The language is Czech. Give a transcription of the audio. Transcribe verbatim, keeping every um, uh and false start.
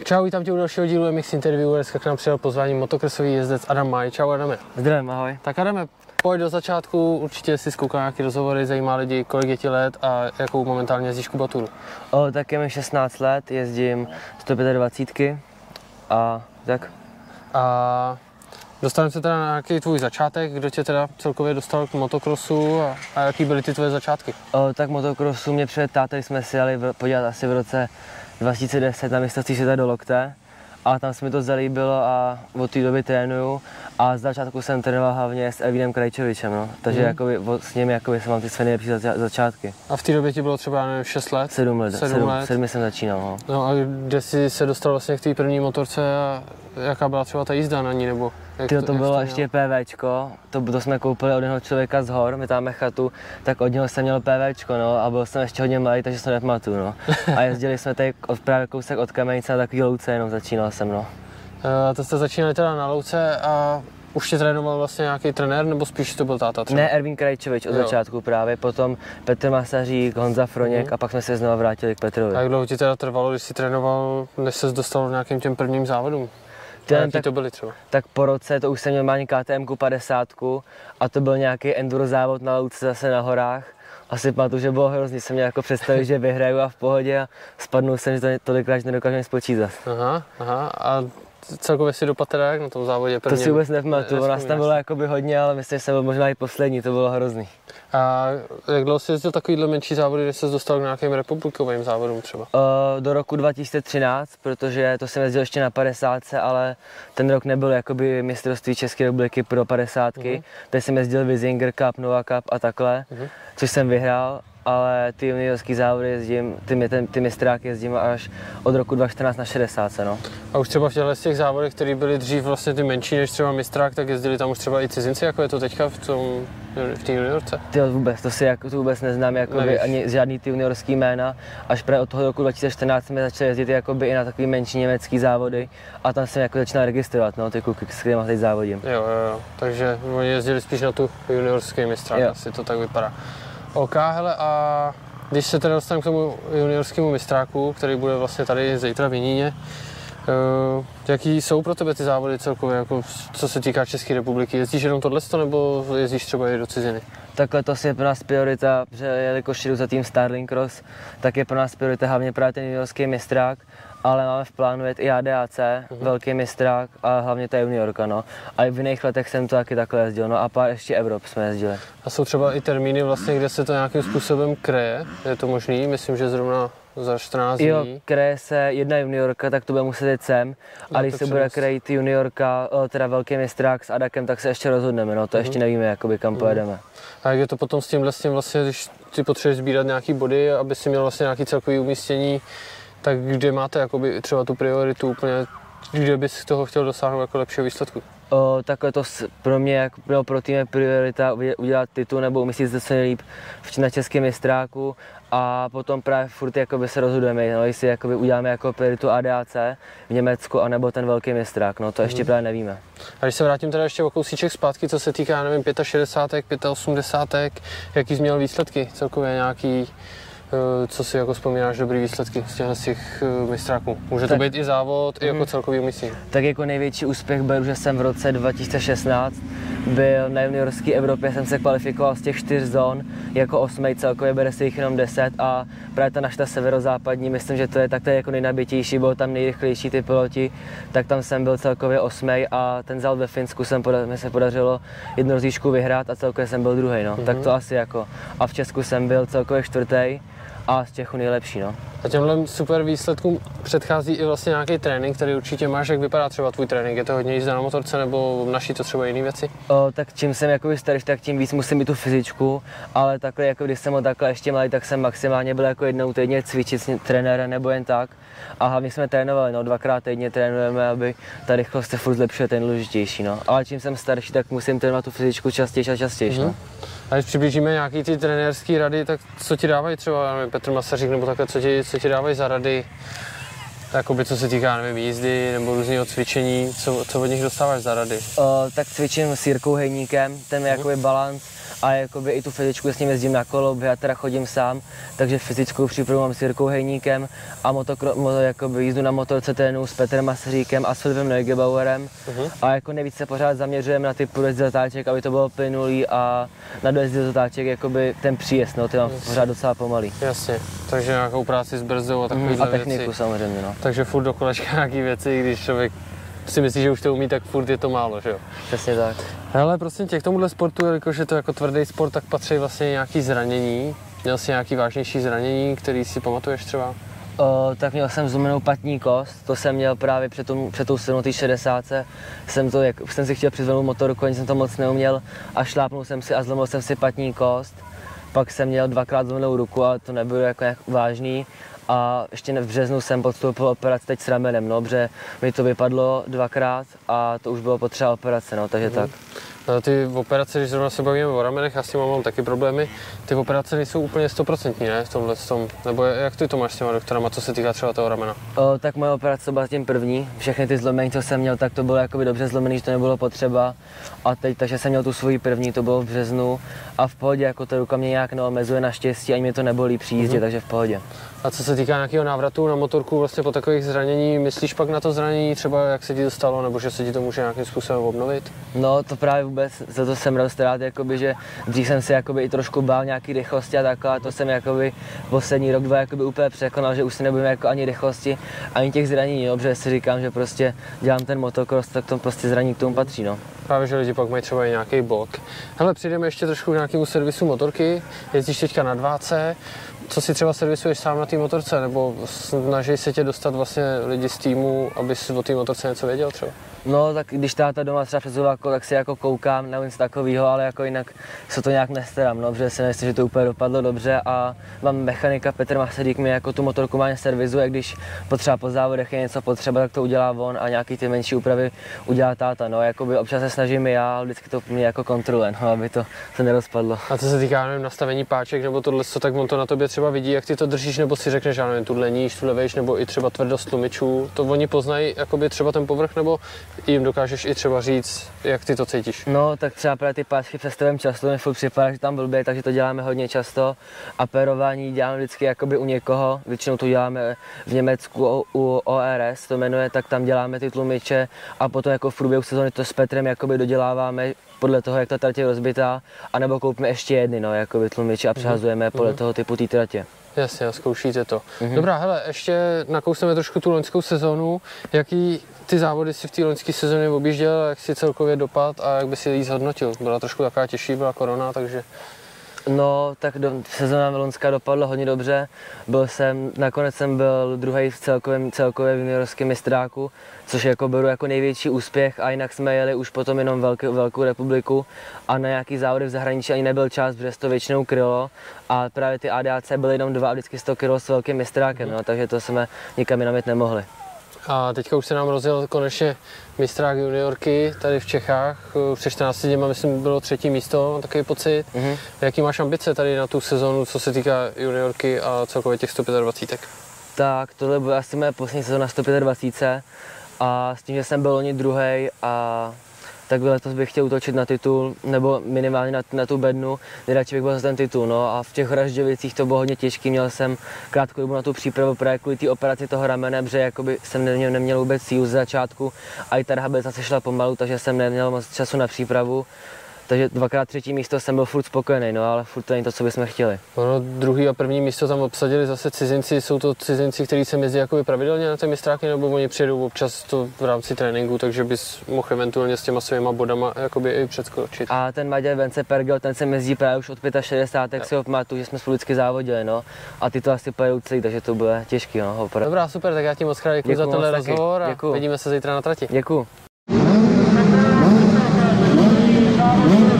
Čau, vítám tě u dalšího dílu M X Interview, dneska k nám přijel pozvání motokresový jezdec Adam Maj. Čau Adame. Zdravím, ahoj. Tak Adame, pojď do začátku, určitě si zkoukal nějaký rozhovory, zajímá lidi, kolik je ti let a jakou momentálně jezdíš kubaturu. O, tak je mi šestnáct let, jezdím sto dvacet pět a tak. A dostaneme se teda na nějaký tvůj začátek, kdo tě teda celkově dostal k motokrosu a, a jaký byly ty tvoje začátky? O, tak motokrosu mě před tátou jsme si jeli podívat asi v roce dva tisíce deset na mistrovství světa do Lokte. A tam se mi to zalíbilo a od té doby trénuju a z začátku jsem trénoval hlavně s Ervínem Krajčovičem, no. Takže mm. jakoby, s nimi jakoby, jsem mám ty své nejlepší začátky. A v té době ti bylo třeba, nevím, šest let? sedm let, sedm sedm, let. sedmi jsem začínal, no. No a kde jsi se dostal vlastně k té první motorce a jaká byla třeba ta jízda na ní, nebo jak Tyjo, to, to jak bylo to ještě PVčko, to, to jsme koupili od jednoho člověka z hor, my tam chatu, tak od něho jsem měl PVčko, no, a byl jsem ještě hodně malý, takže se nepamatuju, no. A jezdili jsme tady od, právě kousek od Kamenice na takový louce, jenom začínal jsem, no. A to jste začínali teda na louce a už tě trénoval vlastně nějaký trenér, nebo spíš to byl táta třeba? Ne, Ervín Krajčovič od jo. začátku právě, potom Petr Masařík, Honza Froněk mm. a pak jsme se znovu vrátili k Petrovi. A jak dlouho ti teda trvalo, když jsi trénoval, než ses dostal k nějakým těm prvním závodům? Ten, tak, to byly třeba? Tak po roce to už jsem měl normálně K T M padesát a to byl nějaký enduro závod na louce zase na horách. Asi pamatuju, že bylo hrozný, jsem měl jako představit, že vyhraju a v pohodě a spadnul jsem, že to tolikrát nedokážu spočítat. Aha, aha, a celkově si dopadl teda jak na tom závodě prvním? To si vůbec nepamatuju, nás tam bylo jakoby hodně, ale myslím, že jsem byl možná i poslední, to bylo hrozný. A jak dlouho jsi jezdil takovýhle menší závody, když jsi dostal k nějakým republikovým závodům třeba? Uh, do roku dva tisíce třináct, protože to jsem jezdil ještě na padesátce, ale ten rok nebyl jakoby mistrovství České republiky pro padesátky. Uh-huh. Teď jsem jezdil Wiesinger Cup, Nova Cup a takhle, uh-huh. což jsem vyhrál. Ale ty juniorský závody jezdím, ty, ty, ty mistráky jezdím až od roku dva tisíce čtrnáct na šedesát, no. A už třeba v těchto těch závodech, které byly dřív vlastně ty menší než třeba mistrák, tak jezdili tam už třeba i cizinci, jako je to teďka v tom, v té juniorce? Ty vůbec, to si jako, to vůbec neznám, jakoby, ani žádný ty juniorský jména. Až právě od toho roku dva tisíce čtrnáct jsme začali jezdit jakoby i na takový menší německý závody a tam jsem jako začal registrovat, no, ty kluky, s kterými teď závodím. Jo, jo, jo, takže oni jezdili spíš na tu juniorský mistrák, jo. Asi to tak vypadá. OK, hele, a když se teda dostaneme k tomu juniorskému mistráku, který bude vlastně tady zítra v Jeníně, uh, jaký jsou pro tebe ty závody celkově, jako co se týká České republiky? Jezdíš jenom tohleto, nebo jezdíš třeba i do ciziny? Tak letos je pro nás priorita, že jelikož jdu za tým Starling Cross, tak je pro nás priorita hlavně právě ten juniorský mistrák, ale máme v plánu jet i A D A C, uh-huh. velký mistrák a hlavně ta juniorka, no. A i v jiných letech jsem to taky takhle jezdil, no a pár ještě Evrop jsme jezdili. A jsou třeba i termíny vlastně, kde se to nějakým způsobem kreje? Je to možný? Myslím, že zrovna za čtrnáct dní. Jo, kreje se jedna juniorka, tak to bude muset jít sem. A když se bude krejit juniorka, teda velký mistrák s Adakem, tak se ještě rozhodneme, no to uh-huh. ještě nevíme, jakoby, kam uh-huh. pojedeme. A jak je to potom s tímhle, s tím vlastně, když ty potřebuješ sbírat nějaký body, aby si měl vlastně nějaký celkový umístění, tak kde máte jakoby třeba tu prioritu úplně, kde bys toho chtěl dosáhnout jako lepšího výsledku? O, takhle to pro mě, jako pro, pro tým je priorita udělat titul nebo umístit se co nejlíp na českém mistráku a potom právě furt jakoby se rozhodujeme, no, jestli jakoby uděláme jako prioritu A D A C v Německu anebo ten velký mistrák, no to ještě mm. právě nevíme. A když se vrátím teda ještě o kousíček zpátky, co se týká, nevím, šedesát pět, osmdesát pět, jaký jsi měl výsledky celkově nějaký? Co si jako vzpomínáš dobrý výsledky z těchto z těch mistráků? Může tak, to být i závod, mm, i jako celkový umístění? Tak jako největší úspěch byl, že jsem v roce dva tisíce šestnáct byl na juniorské Evropě, jsem se kvalifikoval z těch čtyř zón jako osmej, celkově bere se jich jenom deset a právě ta naša severozápadní, myslím, že to je tak to je jako nejnabitější, bylo tam nejrychlejší ty piloti, tak tam jsem byl celkově osmej a ten závod ve Finsku jsem poda- mi se podařilo jednu rozdížku vyhrát a celkově jsem byl druhý, no. Mm-hmm. Tak to asi jako. A v Česku jsem byl celkově čtvrtý. A z Čechů nejlepší, no. A těmhle super výsledkům předchází i vlastně nějaký trénink, který určitě máš. Jak vypadá třeba tvůj trénink? Je to hodně jízda na motorce nebo naší to třeba jiné věci? O, tak čím jsem jakoby starší, tak tím víc musím mít tu fyzičku, ale takhle, jako když jsem ho takhle ještě malý, tak jsem maximálně byl jako jednou týdně cvičit s trenérem nebo jen tak. A hlavně jsme trénovali, no, dvakrát týdně trénujeme, aby ta rychlost se furt zlepšuje, ten důležitější, no. Ale čím jsem starší, tak musím trénovat tu fyzičku častěji a častěji, mm-hmm. no. A když přiblížíme nějaký ty trenérské rady, tak co ti dávají třeba, nevím, Petr Masařík nebo takhle, co ti, co ti dávají za rady? Jakoby co se týká, nevím, jízdy nebo různého cvičení, co, co od nich dostáváš za rady? O, tak cvičím s Jirkou Hejníkem, ten je jakoby balans a jakoby i tu fyzičku s ním jezdím na kolo, já teda chodím sám, takže fyzickou přípravu mám s Jirkou Hejníkem a motokro, mo, jakoby jízdu na motorce trénu s Petrem Masaříkem a s Filipem Neugebauerem uh-huh. a jako nejvíc se pořád zaměřujeme na ty průjezdy zatáček, aby to bylo plynulý a na dojezdy zatáček jakoby ten příjezd, no, ty mám Jasně. pořád docela pomalý. Jasně, takže nějakou práci s brzdou a takovýhle mm, A techniku věci. samozřejmě, no. Takže furt do kolečka nějaký věci, když člověk si myslí, že už to umí, tak furt je to málo, že jo? Přesně tak. Hele, prosím tě, k tomuhle sportu, jelikož je to jako tvrdý sport, tak patří vlastně nějaký zranění. Měl jsi nějaký vážnější zranění, který si pamatuješ třeba? O, tak měl jsem zlomenou patní kost, to jsem měl právě před, tom, před tou silnou té šedesátce. Jsem, to, jak, jsem si chtěl přizvednout motorku, ani jsem to moc neuměl a šlápnul jsem si a zlomil jsem si patní kost. Pak jsem měl dvakrát zlomenou ruku, ale to nebylo jako nějak vážný. A ještě v březnu jsem podstoupil operaci teď s ramenem, no, protože mi to vypadlo dvakrát a to už bylo potřeba operace, no, takže mm. tak. Ty operace, když zrovna se bavíme o ramenech, já s tím mám taky problémy, ty operace nejsou úplně stoprocentní, ne, v tomhle tom, nebo jak ty to máš s těma doktorama, co se týká třeba toho ramena? O, tak moje operace byla tím první, všechny ty zlomení, co jsem měl, tak to bylo jakoby dobře zlomený, že to nebylo potřeba a teď, takže jsem měl tu svoji první, to bylo v březnu a v pohodě, jako ta ruka mě nějak neomezuje naštěstí, ani mě to nebolí při jízdě, mm. takže v pohodě. A co se týká nějakého návratu na motorku vlastně po takových zranění, myslíš pak na to zranění třeba jak se ti to stalo, nebo že se ti to může nějakým způsobem obnovit? No to právě vůbec, za to jsem dost rád, jakoby, že dřív jsem se jakoby i trošku bál nějaký rychlosti a tak, a to jsem jakoby poslední rok, dva jakoby úplně překonal, že už si nebudeme jako ani rychlosti, ani těch zranění, no, protože si říkám, že prostě dělám ten motocross, tak to prostě zranění k tomu patří, no. Právě, že lidi pak mají třeba i nějaký bod. Hele, přijdeme ještě trošku k nějakému servisu motorky, jezdíš teďka na dváce, co si třeba servisuješ sám na té motorce, nebo snaží se tě dostat vlastně lidi z týmu, aby si o té motorce něco věděl třeba? No, tak když táta doma třeba přesouvá, tak si jako koukám na něco takového, ale jako jinak se to nějak nestarám, no, protože si nemyslím, že to úplně dopadlo dobře a mám mechanika Petr Masařík mi jako tu motorku má servisuje, když potřeba po závodech je něco potřeba, tak to udělá on a nějaký ty menší úpravy udělá táta, no, jakoby občas se snažím i já, vždycky to mě jako kontroluje, no, aby to se nerozpadlo. A co se týká, nevím, nastavení páček nebo tohle, co, tak on to na tobě třeba vidí, jak ty to držíš, nebo si řekneš, že nevím, tuhle níž, tuhle vejš, nebo i třeba tvrdost tlumičů, to oni poznají jakoby třeba ten povrch, nebo jim dokážeš i třeba říct, jak ty to cítíš? No, tak třeba právě ty páčky přestavím často, mi furt připadá, že tam blbě, takže to děláme hodně často. A pérování děláme vždycky jakoby u někoho, většinou to děláme v Německu u O R S, to jmenuje, tak tam děláme ty tlumiče a potom jako v průběhu sezóny to s Petrem jakoby doděláváme podle toho, jak ta trať je rozbitá, anebo koupíme ještě jedny, no, jakoby tlumiče a přehazujeme mm-hmm. podle toho typu té tratě. Jasně, a zkoušíte to. Mm-hmm. Dobrá, hele, ještě nakousneme trošku tu loňskou sezónu. Jaký ty závody si v té loňské sezóně objížděl, jak si celkově dopad a jak by si ji zhodnotil? Byla trošku taková těžší, byla korona, takže... No, tak do, sezóna loňská dopadla hodně dobře. Byl jsem, nakonec jsem byl druhý v celkovém, celkovém juniorském mistráku, což jako beru jako největší úspěch a jinak jsme jeli už potom jenom velkou, velkou republiku a na nějaký závody v zahraničí ani nebyl čas, protože to většinou krylo a právě ty A D A C byly jenom dva a vždycky to krylo s velkým mistrákem, no, takže to jsme nikam jinam jet nemohli. A teďka už se nám rozjel konečně mistrák juniorky tady v Čechách. Před čtrnácti dněma, myslím, bylo třetí místo, mám takový pocit. Mm-hmm. Jaký máš ambice tady na tu sezonu, co se týká juniorky a celkově těch sto dvacet pět? Tak tohle bude asi moje poslední sezóna sto dvacet pět a s tím, že jsem byl loni druhý a tak letos bych chtěl útočit na titul, nebo minimálně na, na tu bednu, nejradši bych byl za ten titul. No a v těch Hražďovicích to bylo hodně těžké, měl jsem krátkou dobu na tu přípravu právě kvůli té operaci toho ramene, protože jakoby jsem neměl, neměl vůbec sílu z začátku a i ta rehabilitace šla pomalu, takže jsem neměl moc času na přípravu. Takže dvakrát třetí místo jsem byl furt spokojený, no ale furt to není to, co bychom chtěli. No, druhý a první místo tam obsadili zase cizinci, jsou to cizinci, kteří se jezdí jakoby pravidelně na ty mistráky, nebo oni přijedou občas to v rámci tréninku, takže bys mohl eventuálně s těma svýma bodama jakoby i předskočit. A ten Maďar Vence Pergel, ten se jezdí právě už od šedesát pět, tak si ho pamatuju, že jsme spolu vždycky závodili, no. A ty to asi pojedou celý, takže to bude těžký, no. Opravdu. Dobrá, super, tak já ti moc krát děkuji za tenhle rozhovor a vidíme se zítra na trati. Děkuju. Thank you.